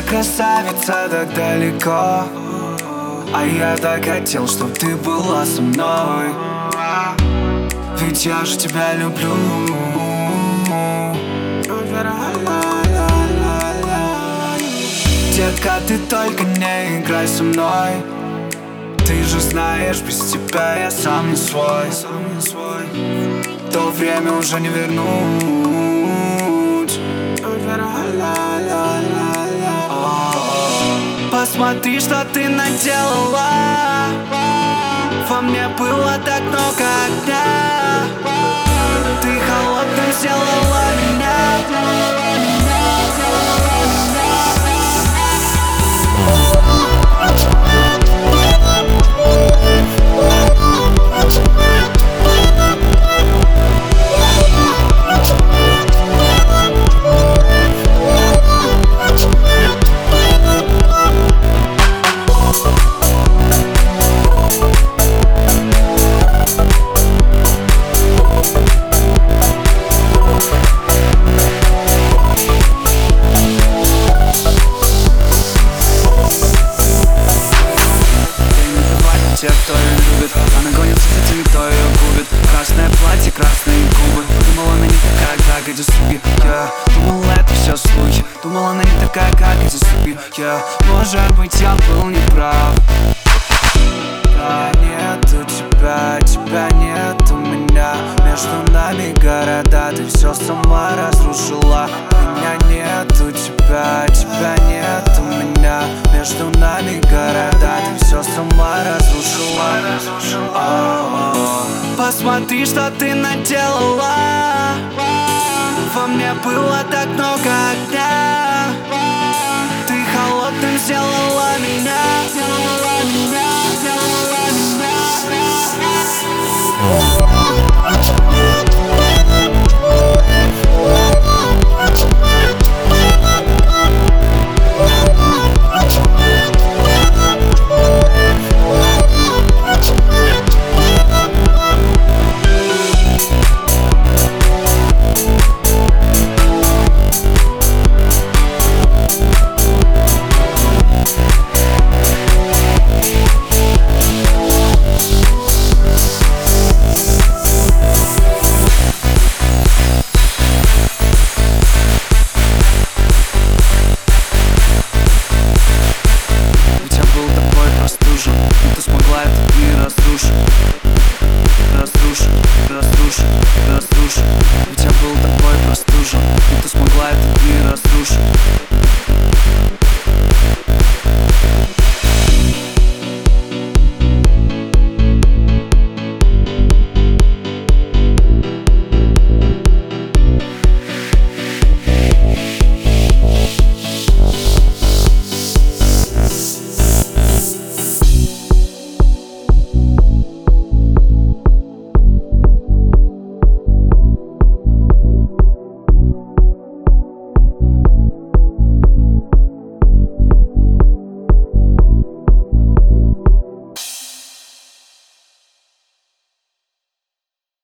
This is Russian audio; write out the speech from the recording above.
красавица, так далеко, а я так хотел, чтоб ты была со мной. Ведь я же тебя люблю. Детка, ты только не играй со мной. Ты же знаешь, без тебя я сам не свой. То время уже не вернуть. Посмотри, что ты наделала. Во мне было так много огня. Ты холодным сделала меня. Те, кто ее любит, она гонится за теми, кто ее губит. Красное платье, красные губы. Думала, она не такая, как эти суки, yeah. Думала, это все слухи. Думала, она не такая, как эти суки, yeah. Может быть, я был неправ. Да, нету тебя, тебя нет у меня. Между нами города, ты все сама разрушила. Меня нету тебя, тебя нет у меня. Между нами города, ты все сама разрушила. Посмотри, что ты наделала. Во мне было так много огня. Ты холодным сделала меня. Ведь я был такой простужен, но ты смогла этот мир разрушить.